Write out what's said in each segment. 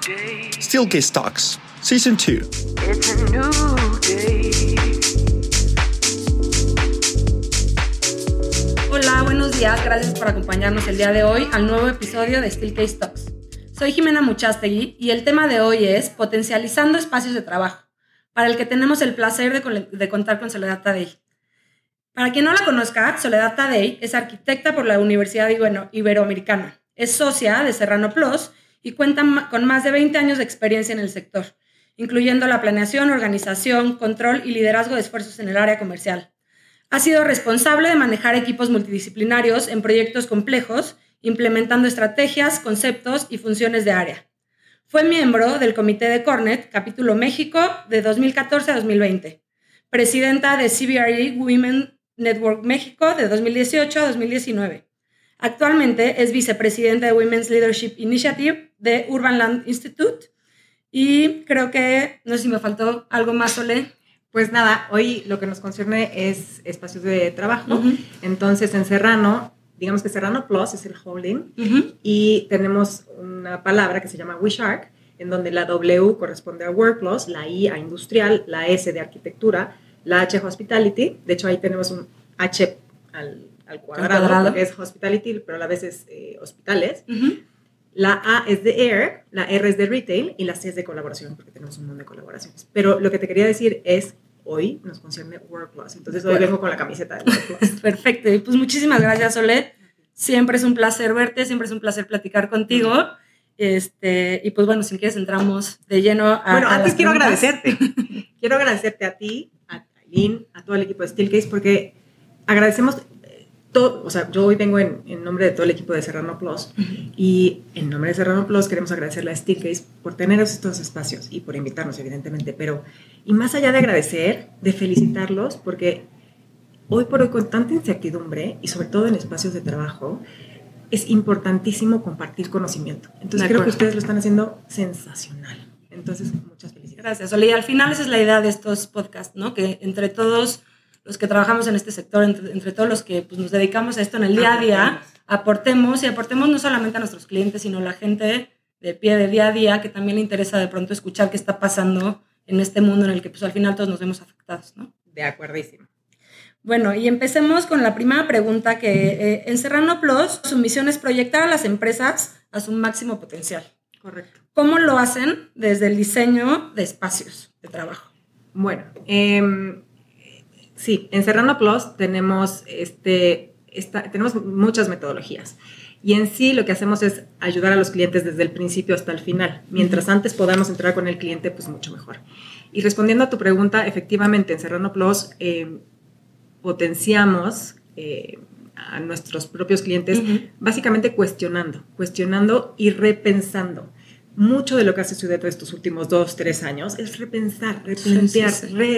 Steelcase Talks, Season 2. It's a new day. Hola, buenos días. Gracias por acompañarnos el día de hoy al nuevo episodio de Steelcase Talks. Soy Jimena Muchastegui y el tema de hoy es potencializando espacios de trabajo, para el que tenemos el placer de contar con Soledad Tadei. Para quien no la conozca, Soledad Tadei es arquitecta por la Universidad Iberoamericana. Es socia de Serrano Plus y cuenta con más de 20 años de experiencia en el sector, incluyendo la planeación, organización, control y liderazgo de esfuerzos en el área comercial. Ha sido responsable de manejar equipos multidisciplinarios en proyectos complejos, implementando estrategias, conceptos y funciones de área. Fue miembro del Comité de Cornet, Capítulo México, de 2014 a 2020. Presidenta de CBRE Women Network México de 2018 a 2019. Actualmente es vicepresidenta de Women's Leadership Initiative de Urban Land Institute. Y creo que, no sé si me faltó algo más, Sole. Pues nada, hoy lo que nos concierne es espacios de trabajo. Uh-huh. Entonces, en Serrano, digamos que Serrano Plus es el holding, Uh-huh. y tenemos una palabra que se llama WeShark, en donde la W corresponde a Workplus, la I a Industrial, la S de Arquitectura, la H Hospitality. De hecho, ahí tenemos un H al cuadrado, porque es Hospitality, pero a la vez es hospitales. Uh-huh. La A es de Air, la R es de Retail y la C es de colaboración, porque tenemos un montón de colaboraciones. Pero lo que te quería decir es, hoy nos concierne Workplus. Entonces hoy vengo con la camiseta de Workplus. Perfecto. Y pues muchísimas gracias, Sole. Siempre es un placer verte, siempre es un placer platicar contigo. Y pues bueno, si quieres entramos de lleno a Bueno, antes las quiero preguntas. agradecerte. Quiero agradecerte a ti, a Aileen, a todo el equipo de Steelcase, porque agradecemos todo. O sea, yo hoy vengo en nombre de todo el equipo de Serrano Plus, y en nombre de Serrano Plus queremos agradecerle a Steelcase por tener estos espacios y por invitarnos, evidentemente. Y más allá de agradecer, de felicitarlos, porque hoy por hoy, con tanta incertidumbre y sobre todo en espacios de trabajo, es importantísimo compartir conocimiento. Entonces creo que ustedes lo están haciendo sensacional. Entonces, muchas felicidades. Gracias, Sole. Y al final esa es la idea de estos podcasts, ¿no? Que entre todos los que trabajamos en este sector, entre todos los que pues, nos dedicamos a esto en el día a día, aportemos no solamente a nuestros clientes, sino a la gente de pie de día a día, que también le interesa de pronto escuchar qué está pasando en este mundo en el que pues, al final todos nos vemos afectados, ¿no? De acuerdísimo. Bueno, y empecemos con la primera pregunta, que en Serrano Plus su misión es proyectar a las empresas a su máximo potencial. Correcto. ¿Cómo lo hacen desde el diseño de espacios de trabajo? Bueno, sí, en Serrano Plus tenemos, tenemos muchas metodologías. Y en sí lo que hacemos es ayudar a los clientes desde el principio hasta el final. Mientras antes podamos entrar con el cliente, pues mucho mejor. Y respondiendo a tu pregunta, efectivamente en Serrano Plus potenciamos a nuestros propios clientes, básicamente cuestionando y repensando. Mucho de lo que hace Ciudad estos últimos 2-3 años es repensar, replantear,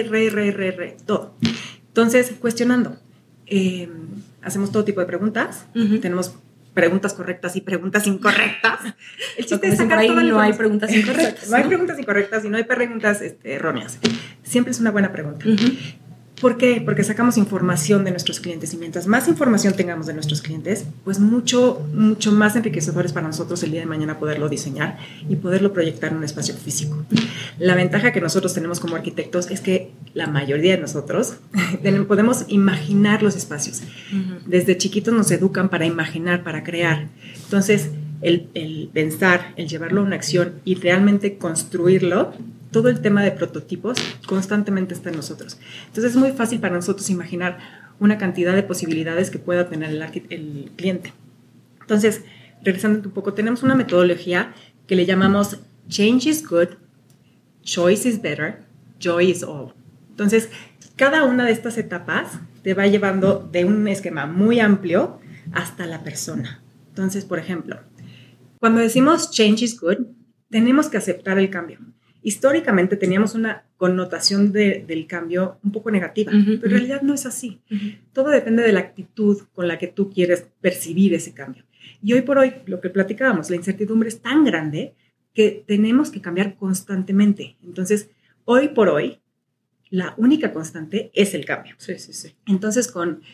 todo. Entonces, cuestionando. Hacemos todo tipo de preguntas. Tenemos preguntas correctas y preguntas incorrectas. El chiste es sacar toda la no hay información. preguntas incorrectas. No hay preguntas incorrectas y no hay preguntas erróneas. Siempre es una buena pregunta. ¿Por qué? Porque sacamos información de nuestros clientes, y mientras más información tengamos de nuestros clientes, pues mucho más enriquecedores para nosotros el día de mañana poderlo diseñar y poderlo proyectar en un espacio físico. La ventaja que nosotros tenemos como arquitectos es que la mayoría de nosotros podemos imaginar los espacios. Desde chiquitos nos educan para imaginar, para crear. Entonces, el pensar, el llevarlo a una acción y realmente construirlo, todo el tema de prototipos constantemente está en nosotros. Entonces es muy fácil para nosotros imaginar una cantidad de posibilidades que pueda tener el cliente. Entonces, regresando un poco, tenemos una metodología que le llamamos Change is Good, Choice is Better, Joy is All. Entonces, cada una de estas etapas te va llevando de un esquema muy amplio hasta la persona. Entonces, por ejemplo, cuando decimos Change is Good, tenemos que aceptar el cambio. Históricamente teníamos una connotación del cambio un poco negativa, pero en realidad no es así. Todo depende de la actitud con la que tú quieres percibir ese cambio. Y hoy por hoy, lo que platicábamos, la incertidumbre es tan grande que tenemos que cambiar constantemente. Entonces, hoy por hoy, la única constante es el cambio. Sí, sí, sí. Entonces, con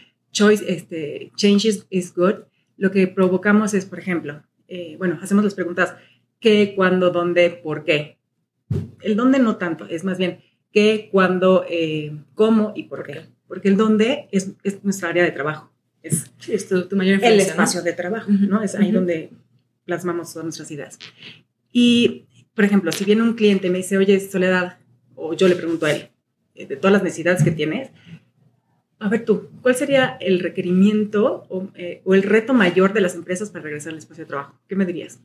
Change is Good, lo que provocamos es, por ejemplo, hacemos las preguntas, qué, cuándo, dónde, por qué. El dónde no tanto, es más bien qué, cuándo, cómo y por qué. Porque el dónde es nuestra área de trabajo. Es tu mayor influencia, el espacio, ¿no?, de trabajo, ¿no? Es ahí donde plasmamos todas nuestras ideas. Y, por ejemplo, si viene un cliente y me dice, oye, Soledad, o yo le pregunto a él, de todas las necesidades que tienes, a ver tú, ¿cuál sería el requerimiento o el reto mayor de las empresas para regresar al espacio de trabajo? ¿Qué me dirías?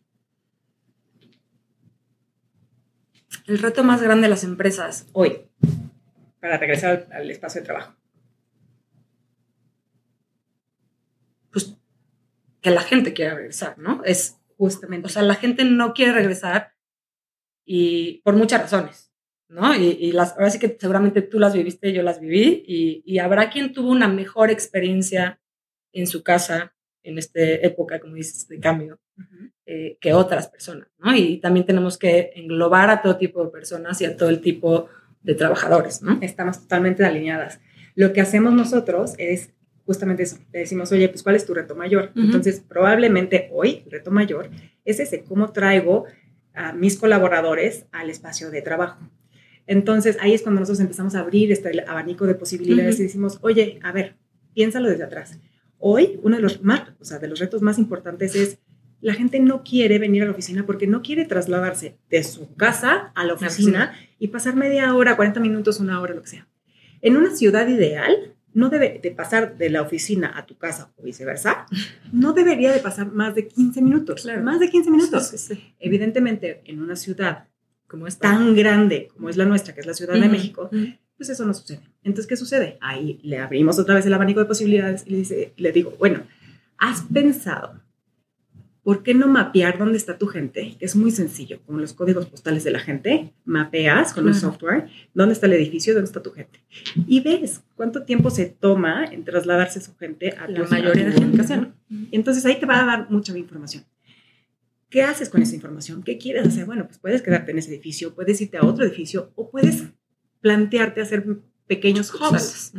El reto más grande de las empresas hoy para regresar al espacio de trabajo. Pues que la gente quiera regresar, ¿no? Es justamente. O sea, la gente no quiere regresar y por muchas razones, ¿no? Ahora sí que seguramente tú las viviste, yo las viví y habrá quien tuvo una mejor experiencia en su casa en esta época, como dices, de cambio, que otras personas, ¿no? Y también tenemos que englobar a todo tipo de personas y a todo el tipo de trabajadores, ¿no? Estamos totalmente alineadas. Lo que hacemos nosotros es justamente eso. Le decimos, oye, pues, ¿cuál es tu reto mayor? Entonces, probablemente hoy el reto mayor es ese, ¿cómo traigo a mis colaboradores al espacio de trabajo? Entonces, ahí es cuando nosotros empezamos a abrir este abanico de posibilidades y decimos, oye, a ver, piénsalo desde atrás. Hoy, uno de los retos más importantes es la gente no quiere venir a la oficina porque no quiere trasladarse de su casa a la oficina y pasar media hora, 40 minutos, una hora, lo que sea. En una ciudad ideal, no debe de pasar de la oficina a tu casa o viceversa, no debería de pasar más de 15 minutos. Claro. Más de 15 minutos. Sí. Evidentemente, en una ciudad como es tan grande como es la nuestra, que es la Ciudad de México, pues eso no sucede. Entonces, ¿qué sucede? Ahí le abrimos otra vez el abanico de posibilidades y le digo, bueno, ¿has pensado por qué no mapear dónde está tu gente? Que es muy sencillo, como los códigos postales de la gente, mapeas con el software dónde está el edificio, dónde está tu gente. Y ves cuánto tiempo se toma en trasladarse su gente a la mayoría de gente, ubicación. Y entonces ahí te va a dar mucha información. ¿Qué haces con esa información? ¿Qué quieres hacer? Bueno, pues puedes quedarte en ese edificio, puedes irte a otro edificio o puedes plantearte hacer pequeños hubs.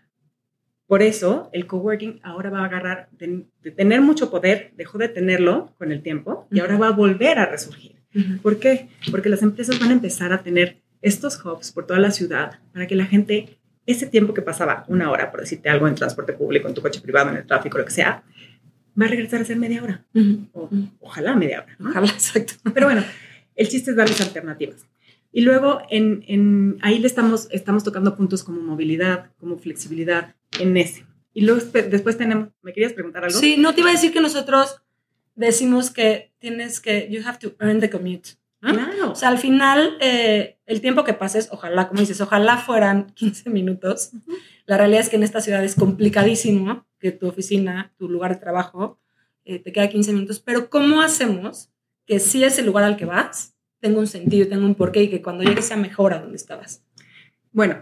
Por eso, el coworking ahora va a agarrar de tener mucho poder, dejó de tenerlo con el tiempo y ahora va a volver a resurgir. ¿Por qué? Porque las empresas van a empezar a tener estos hubs por toda la ciudad para que la gente, ese tiempo que pasaba una hora, por decirte algo, en transporte público, en tu coche privado, en el tráfico, lo que sea, va a regresar a ser media hora. Ojalá media hora, ¿no? Ojalá, exacto. Pero bueno, el chiste es darles alternativas. Y luego ahí le estamos tocando puntos como movilidad, como flexibilidad, en ese. Y luego después tenemos, ¿me querías preguntar algo? Sí, no te iba a decir que nosotros decimos que you have to earn the commute, ¿no? Claro. O sea, al final, el tiempo que pases, ojalá, como dices, ojalá fueran 15 minutos. La realidad es que en esta ciudad es complicadísimo que tu oficina, tu lugar de trabajo, te queda 15 minutos. Pero ¿cómo hacemos que si es el lugar al que vas tenga un sentido, tenga un porqué y que cuando llegues sea mejor a donde estabas? Bueno,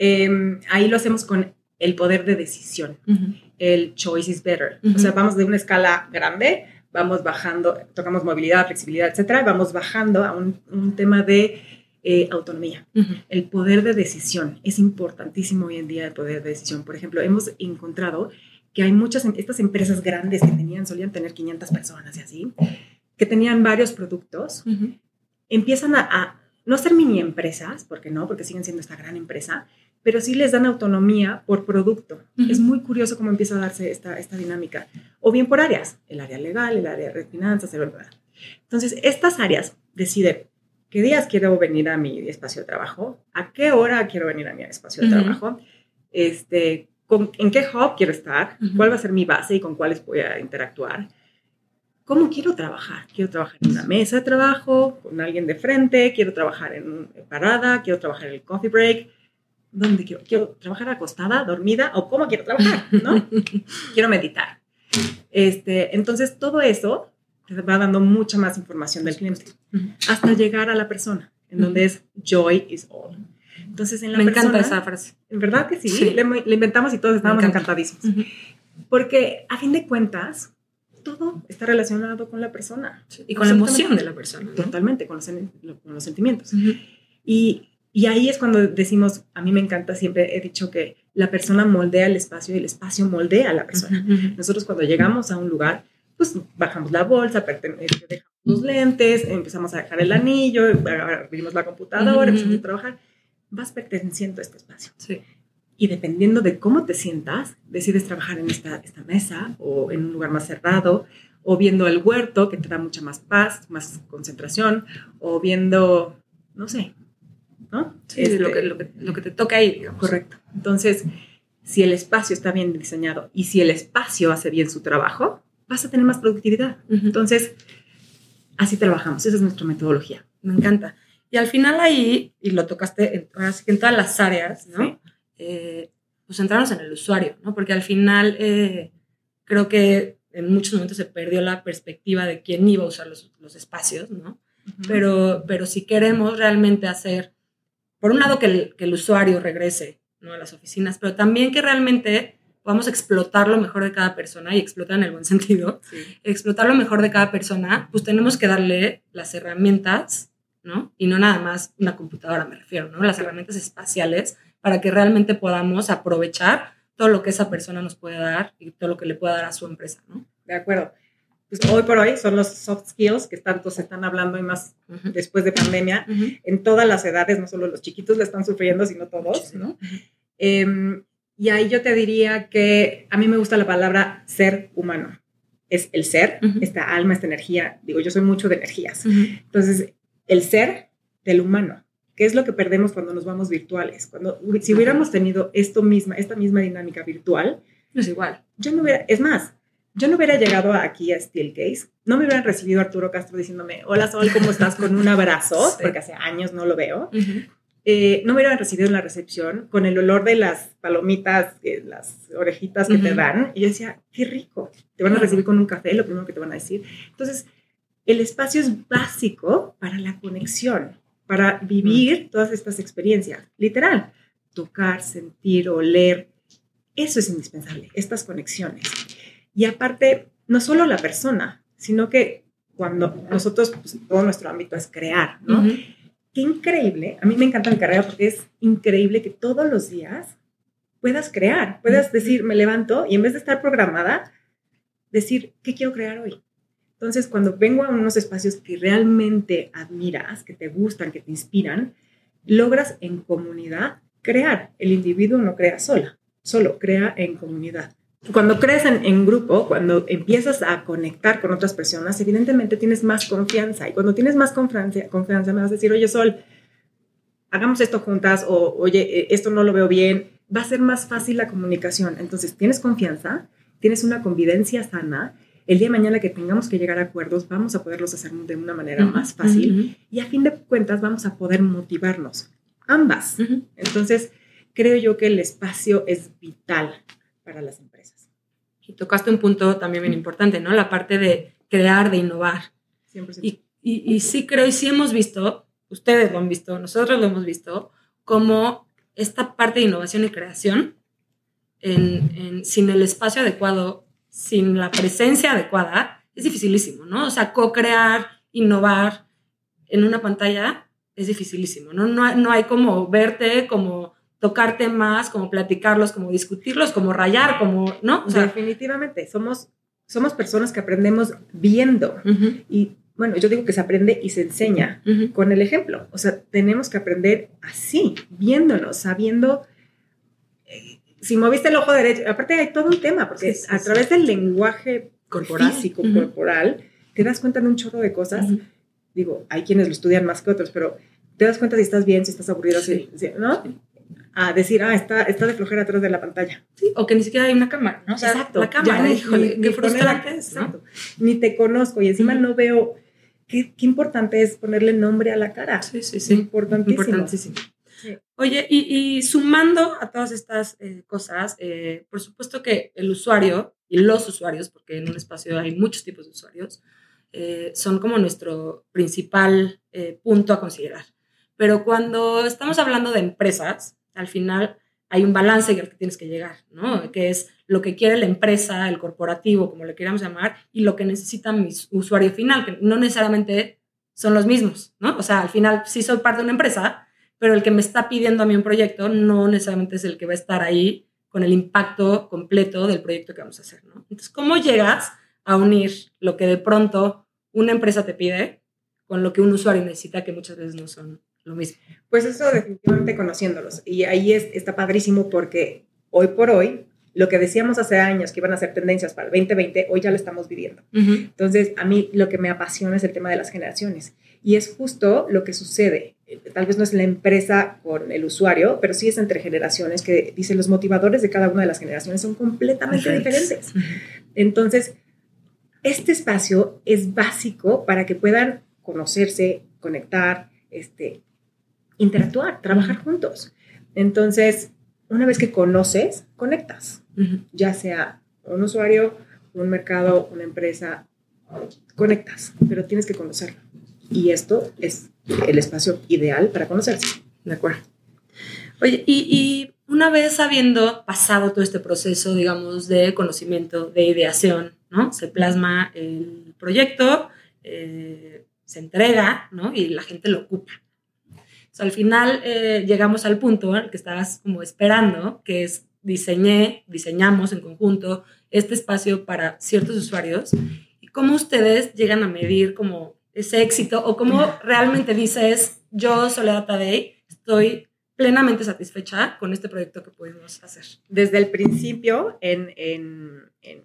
ahí lo hacemos con el poder de decisión. El choice is better. O sea, vamos de una escala grande, vamos bajando, tocamos movilidad, flexibilidad, etcétera, y vamos bajando a un tema de autonomía. El poder de decisión es importantísimo hoy en día, el poder de decisión. Por ejemplo, hemos encontrado que hay estas empresas grandes que solían tener 500 personas y así, que tenían varios productos, empiezan a no ser mini empresas, porque siguen siendo esta gran empresa, pero sí les dan autonomía por producto. Es muy curioso cómo empieza a darse esta dinámica. O bien por áreas, el área legal, el área de finanzas, Entonces, estas áreas deciden qué días quiero venir a mi espacio de trabajo, a qué hora quiero venir a mi espacio de trabajo, en qué hub quiero estar, cuál va a ser mi base y con cuáles voy a interactuar. ¿Cómo quiero trabajar? Quiero trabajar en una mesa de trabajo, con alguien de frente, quiero trabajar en parada, quiero trabajar en el coffee break. ¿Dónde quiero trabajar acostada, dormida? ¿O cómo quiero trabajar? ¿No? Quiero meditar. Entonces, todo eso te va dando mucha más información del cliente hasta llegar a la persona, en donde es joy is all. Entonces, en la persona... Me encanta esa frase. ¿En verdad que sí? Le inventamos y todos estábamos encantadísimos. Porque, a fin de cuentas, todo está relacionado con la persona. Y con la emoción de la persona, ¿no? Totalmente, con los sentimientos. Y ahí es cuando decimos, a mí me encanta, siempre he dicho que la persona moldea el espacio y el espacio moldea a la persona. Nosotros cuando llegamos a un lugar, pues bajamos la bolsa, dejamos los lentes, empezamos a dejar el anillo, abrimos la computadora, empezamos a trabajar. Vas perteneciendo a este espacio. Sí. Y dependiendo de cómo te sientas, decides trabajar en esta mesa o en un lugar más cerrado, o viendo el huerto, que te da mucha más paz, más concentración, o viendo, no sé, ¿no? Sí, lo que te toca ahí, digamos. Correcto. Entonces, si el espacio está bien diseñado y si el espacio hace bien su trabajo, vas a tener más productividad. Entonces, así trabajamos. Esa es nuestra metodología. Me encanta. Y al final ahí, y lo tocaste ahora sí que en todas las áreas, ¿no? Sí. Pues centrarnos en el usuario, ¿no? Porque al final creo que en muchos momentos se perdió la perspectiva de quién iba a usar los espacios, ¿no? Pero si queremos realmente hacer, por un lado, que el usuario regrese, ¿no?, a las oficinas, pero también que realmente podamos explotar lo mejor de cada persona, y explotar en el buen sentido, explotar lo mejor de cada persona, pues tenemos que darle las herramientas, ¿no? Y no nada más una computadora, me refiero, ¿no? Las herramientas espaciales para que realmente podamos aprovechar todo lo que esa persona nos puede dar y todo lo que le pueda dar a su empresa, ¿no? De acuerdo. Pues hoy por hoy son los soft skills que tanto se están hablando, y más después de pandemia, en todas las edades, no solo los chiquitos la están sufriendo, sino todos, ¿no? Y ahí yo te diría que a mí me gusta la palabra ser humano. Es el ser, esta alma, esta energía. Digo, yo soy mucho de energías. Entonces, el ser del humano. ¿Qué es lo que perdemos cuando nos vamos virtuales? Si hubiéramos tenido esta misma dinámica virtual, es igual. yo no hubiera llegado aquí a Steelcase, no me hubieran recibido Arturo Castro diciéndome, hola Sol, ¿cómo estás? Con un abrazo, porque hace años no lo veo. No me hubieran recibido en la recepción con el olor de las palomitas, las orejitas que te dan. Y yo decía, qué rico. Te van a recibir con un café, lo primero que te van a decir. Entonces, el espacio es básico para la conexión, para vivir todas estas experiencias. Literal, tocar, sentir, oler. Eso es indispensable, estas conexiones. Y aparte, no solo la persona, sino que cuando nosotros, pues, todo nuestro ámbito es crear, ¿no? Qué increíble, a mí me encanta mi carrera porque es increíble que todos los días puedas crear, puedas decir, me levanto y en vez de estar programada, decir, ¿qué quiero crear hoy? Entonces, cuando vengo a unos espacios que realmente admiras, que te gustan, que te inspiran, logras en comunidad crear. El individuo no crea solo crea en comunidad. Cuando crees en grupo, cuando empiezas a conectar con otras personas, evidentemente tienes más confianza. Y cuando tienes más confianza, me vas a decir, oye, Sol, hagamos esto juntas, o oye, esto no lo veo bien. Va a ser más fácil la comunicación. Entonces, tienes confianza, tienes una convivencia sana. El día de mañana que tengamos que llegar a acuerdos, vamos a poderlos hacer de una manera más fácil. Y a fin de cuentas, vamos a poder motivarnos. Ambas. Entonces, creo yo que el espacio es vital para las empresas. Y tocaste un punto también bien importante, ¿no? La parte de crear, de innovar. 100%. Y sí creo, y sí hemos visto, ustedes lo han visto, nosotros lo hemos visto, como esta parte de innovación y creación, sin el espacio adecuado, sin la presencia adecuada, es dificilísimo, ¿no? O sea, co-crear, innovar en una pantalla es dificilísimo, ¿no? No hay como verte, como tocar temas, como platicarlos, como discutirlos, como rayar, como, ¿no? O sea, definitivamente, somos personas que aprendemos viendo. Y bueno, yo digo que se aprende y se enseña con el ejemplo. O sea, tenemos que aprender así, viéndonos, sabiendo. Si moviste el ojo derecho, aparte hay todo un tema, porque a través del lenguaje corporal, físico, corporal, te das cuenta de un chorro de cosas. Digo, hay quienes lo estudian más que otros, pero te das cuenta si estás bien, si estás aburrido, ¿no? A decir, está de flojera atrás de la pantalla. Sí, o que ni siquiera hay una cámara, ¿no? O sea, exacto. La cámara, híjole, qué frustrante es, ¿no? Ni te conozco y encima no veo. Qué importante es ponerle nombre a la cara. Sí. Importantísimo. Sí. Oye, y sumando a todas estas cosas, por supuesto que el usuario y los usuarios, porque en un espacio hay muchos tipos de usuarios, son como nuestro principal punto a considerar. Pero cuando estamos hablando de empresas, al final hay un balance al que tienes que llegar, ¿no? Que es lo que quiere la empresa, el corporativo, como le queramos llamar, y lo que necesita mi usuario final, que no necesariamente son los mismos, ¿no? O sea, al final sí soy parte de una empresa, pero el que me está pidiendo a mí un proyecto no necesariamente es el que va a estar ahí con el impacto completo del proyecto que vamos a hacer, ¿no? Entonces, ¿cómo llegas a unir lo que de pronto una empresa te pide con lo que un usuario necesita, que muchas veces no son lo mismo. Pues eso definitivamente conociéndolos. Y ahí está padrísimo porque hoy por hoy, lo que decíamos hace años que iban a ser tendencias para el 2020, hoy ya lo estamos viviendo. Entonces, a mí lo que me apasiona es el tema de las generaciones. Y es justo lo que sucede. Tal vez no es la empresa con el usuario, pero sí es entre generaciones, que dicen los motivadores de cada una de las generaciones son completamente diferentes. Entonces, este espacio es básico para que puedan conocerse, conectar, interactuar, trabajar juntos. Entonces, una vez que conoces, conectas. Ya sea un usuario, un mercado, una empresa, conectas, pero tienes que conocerlo. Y esto es el espacio ideal para conocerse. De acuerdo. Oye, y una vez habiendo pasado todo este proceso, digamos, de conocimiento, de ideación, ¿no? Se plasma el proyecto, se entrega, ¿no? Y la gente lo ocupa. Entonces, al final llegamos al punto en el que estabas como esperando, que es diseñamos en conjunto este espacio para ciertos usuarios. ¿Y cómo ustedes llegan a medir como ese éxito, o cómo realmente dices, yo, Soledad Tadei, estoy plenamente satisfecha con este proyecto que pudimos hacer? Desde el principio, en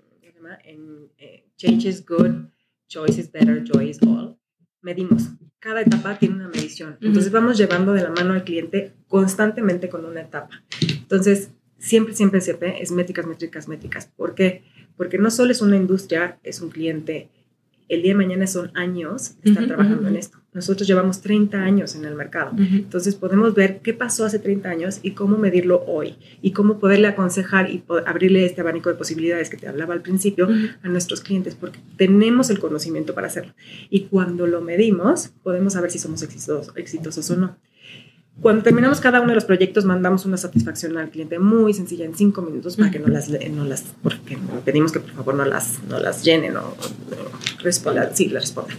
Change is Good, Choice is Better, Joy is All, medimos. Cada etapa tiene una medición. Entonces vamos llevando de la mano al cliente constantemente con una etapa. Entonces, siempre es métricas. ¿Por qué? Porque no solo es una industria, es un cliente. El día de mañana son años de estar trabajando en esto. Nosotros llevamos 30 años en el mercado. Entonces podemos ver qué pasó hace 30 años y cómo medirlo hoy. Y cómo poderle aconsejar y abrirle este abanico de posibilidades que te hablaba al principio a nuestros clientes, porque tenemos el conocimiento para hacerlo. Y cuando lo medimos, podemos saber si somos exitosos o no. Cuando terminamos cada uno de los proyectos, mandamos una satisfacción al cliente muy sencilla en 5 minutos para que porque pedimos que por favor no las llenen o respondan. Sí, las respondan.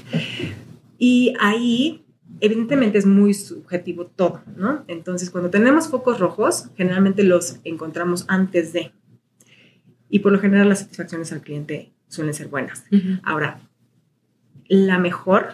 Y ahí, evidentemente, es muy subjetivo todo, ¿no? Entonces, cuando tenemos focos rojos, generalmente los encontramos antes de. Y por lo general, las satisfacciones al cliente suelen ser buenas. Ahora, la mejor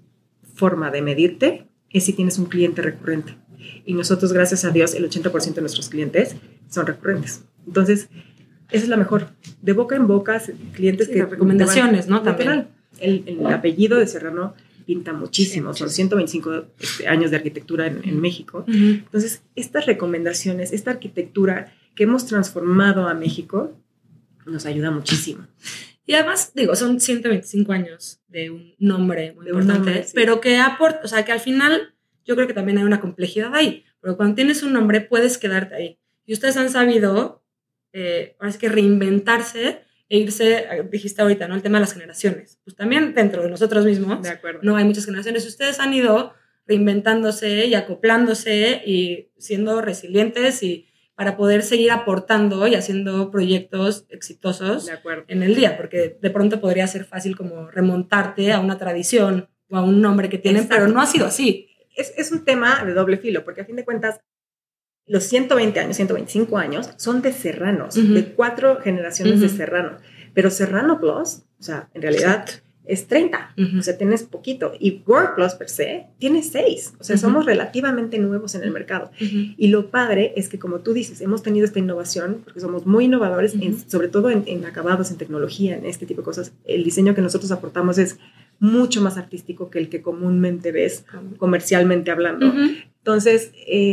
forma de medirte es si tienes un cliente recurrente. Y nosotros, gracias a Dios, el 80% de nuestros clientes son recurrentes. Entonces, esa es la mejor. De boca en boca, clientes que... recomendaciones, ¿no? También. El apellido de Serrano pinta muchísimo. Son 125 años de arquitectura en México. Entonces, estas recomendaciones, esta arquitectura que hemos transformado a México, nos ayuda muchísimo. Y además, son 125 años de un nombre muy importante, sí. Pero que aporta, o sea, que al final yo creo que también hay una complejidad ahí, pero cuando tienes un nombre puedes quedarte ahí. Y ustedes han sabido, ahora es que reinventarse e irse, dijiste ahorita, ¿no? El tema de las generaciones. Pues también dentro de nosotros mismos, de acuerdo, no hay muchas generaciones. Ustedes han ido reinventándose y acoplándose y siendo resilientes y para poder seguir aportando y haciendo proyectos exitosos en el día, porque de pronto podría ser fácil como remontarte a una tradición o a un nombre que tienen, pero no ha sido así. Es un tema de doble filo, porque a fin de cuentas, los 120 años, 125 años son de Serranos, de 4 generaciones de Serrano, pero Serrano Plus, o sea, en realidad es 30, o sea, tienes poquito, y Work Plus per se tiene 6, o sea, somos relativamente nuevos en el mercado, y lo padre es que, como tú dices, hemos tenido esta innovación, porque somos muy innovadores, sobre todo en acabados, en tecnología, en este tipo de cosas. El diseño que nosotros aportamos es mucho más artístico que el que comúnmente ves comercialmente hablando. Entonces,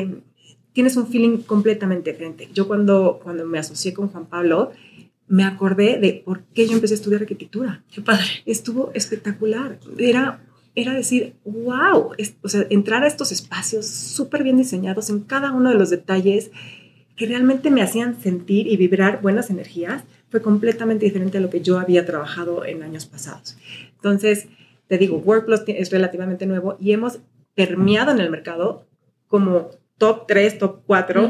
tienes un feeling completamente diferente. Yo cuando me asocié con Juan Pablo, me acordé de por qué yo empecé a estudiar arquitectura. ¡Qué padre! Estuvo espectacular. Era decir, wow, o sea, entrar a estos espacios súper bien diseñados en cada uno de los detalles que realmente me hacían sentir y vibrar buenas energías, fue completamente diferente a lo que yo había trabajado en años pasados. Entonces, te digo, WordPlus es relativamente nuevo y hemos permeado en el mercado como top 3, top 4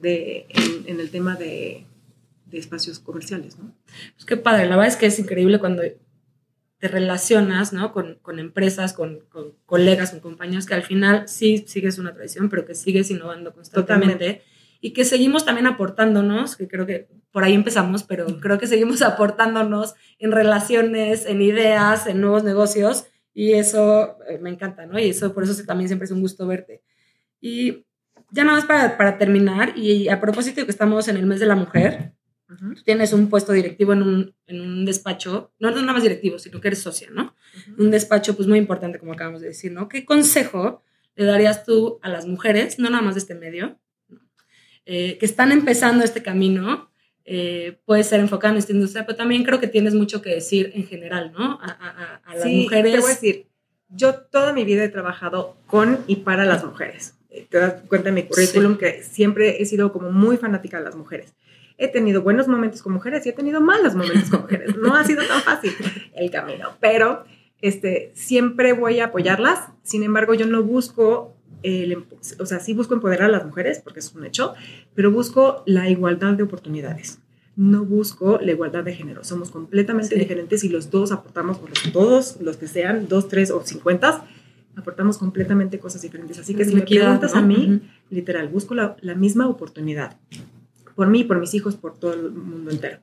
en el tema de espacios comerciales, ¿no? Pues qué padre, la verdad es que es increíble cuando te relacionas, ¿no? con empresas, con colegas, con compañeros, que al final sí sigues una tradición, pero que sigues innovando constantemente. Totalmente. y que seguimos también aportándonos, que creo que por ahí empezamos, pero creo que seguimos aportándonos en relaciones, en ideas, en nuevos negocios, y eso me encanta, ¿no? Y eso, por eso también siempre es un gusto verte. Y ya nada más para terminar, y a propósito de que estamos en el mes de la mujer, tú tienes un puesto directivo en un despacho, no nada más directivo, sino que eres socia, ¿no? Un despacho pues muy importante, como acabamos de decir, ¿no? ¿Qué consejo le darías tú a las mujeres, no nada más de este medio, que están empezando este camino? Puede ser enfocado en esta industria, pero también creo que tienes mucho que decir en general, ¿no? A las mujeres. Te voy a decir, yo toda mi vida he trabajado con y para las mujeres. Te das cuenta en mi currículum que siempre he sido como muy fanática de las mujeres. He tenido buenos momentos con mujeres y he tenido malos momentos con mujeres. No ha sido tan fácil el camino, pero siempre voy a apoyarlas. Sin embargo, yo no busco, sí busco empoderar a las mujeres, porque es un hecho, pero busco la igualdad de oportunidades. No busco la igualdad de género. Somos completamente diferentes y los dos aportamos, todos los que sean, 2, 3 o 50, aportamos completamente cosas diferentes. Así que si me preguntas, ¿no? A mí, literal, busco la misma oportunidad. Por mí, por mis hijos, por todo el mundo entero.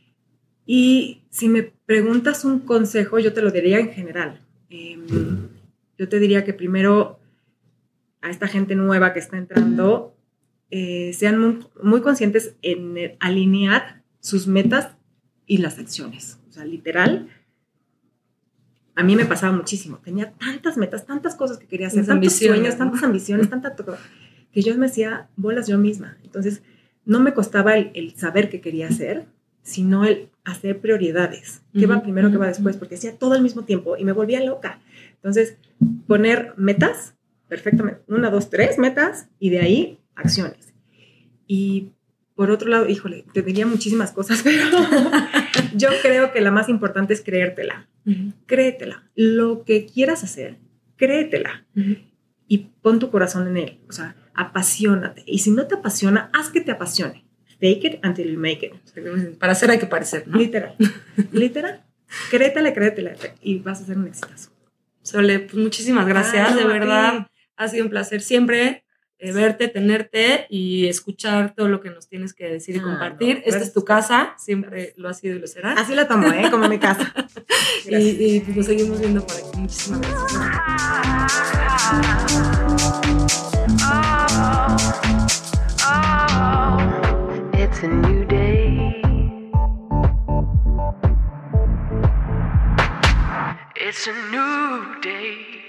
Y si me preguntas un consejo, yo te lo diría en general. Yo te diría que primero a esta gente nueva que está entrando, sean muy, muy conscientes en alinear sus metas y las acciones. O sea, literal, a mí me pasaba muchísimo. Tenía tantas metas, tantas cosas que quería hacer, tantos sueños, tantas ambiciones, que yo me hacía bolas yo misma. Entonces, no me costaba el saber qué quería hacer, sino el hacer prioridades. ¿Qué va primero, qué va después? Porque hacía todo al mismo tiempo y me volvía loca. Entonces, poner metas, perfectamente, 1, 2, 3 metas, y de ahí acciones. Y por otro lado, híjole, te diría muchísimas cosas, pero yo creo que la más importante es creértela. Créetela. Lo que quieras hacer, créetela. Y pon tu corazón en él. O sea, apasionate. Y si no te apasiona, haz que te apasione. Fake it until you make it. Para hacer hay que parecer, ¿no? Literal. Créetela. Y vas a ser un exitazo. Sole, pues muchísimas gracias. De verdad, ha sido un placer siempre verte, tenerte y escuchar todo lo que nos tienes que decir y compartir. Esta es tu casa. Siempre lo ha sido y lo será. Así la tomo, como mi casa. y pues nos seguimos viendo por aquí. Muchísimas gracias. It's a new day. It's a new day.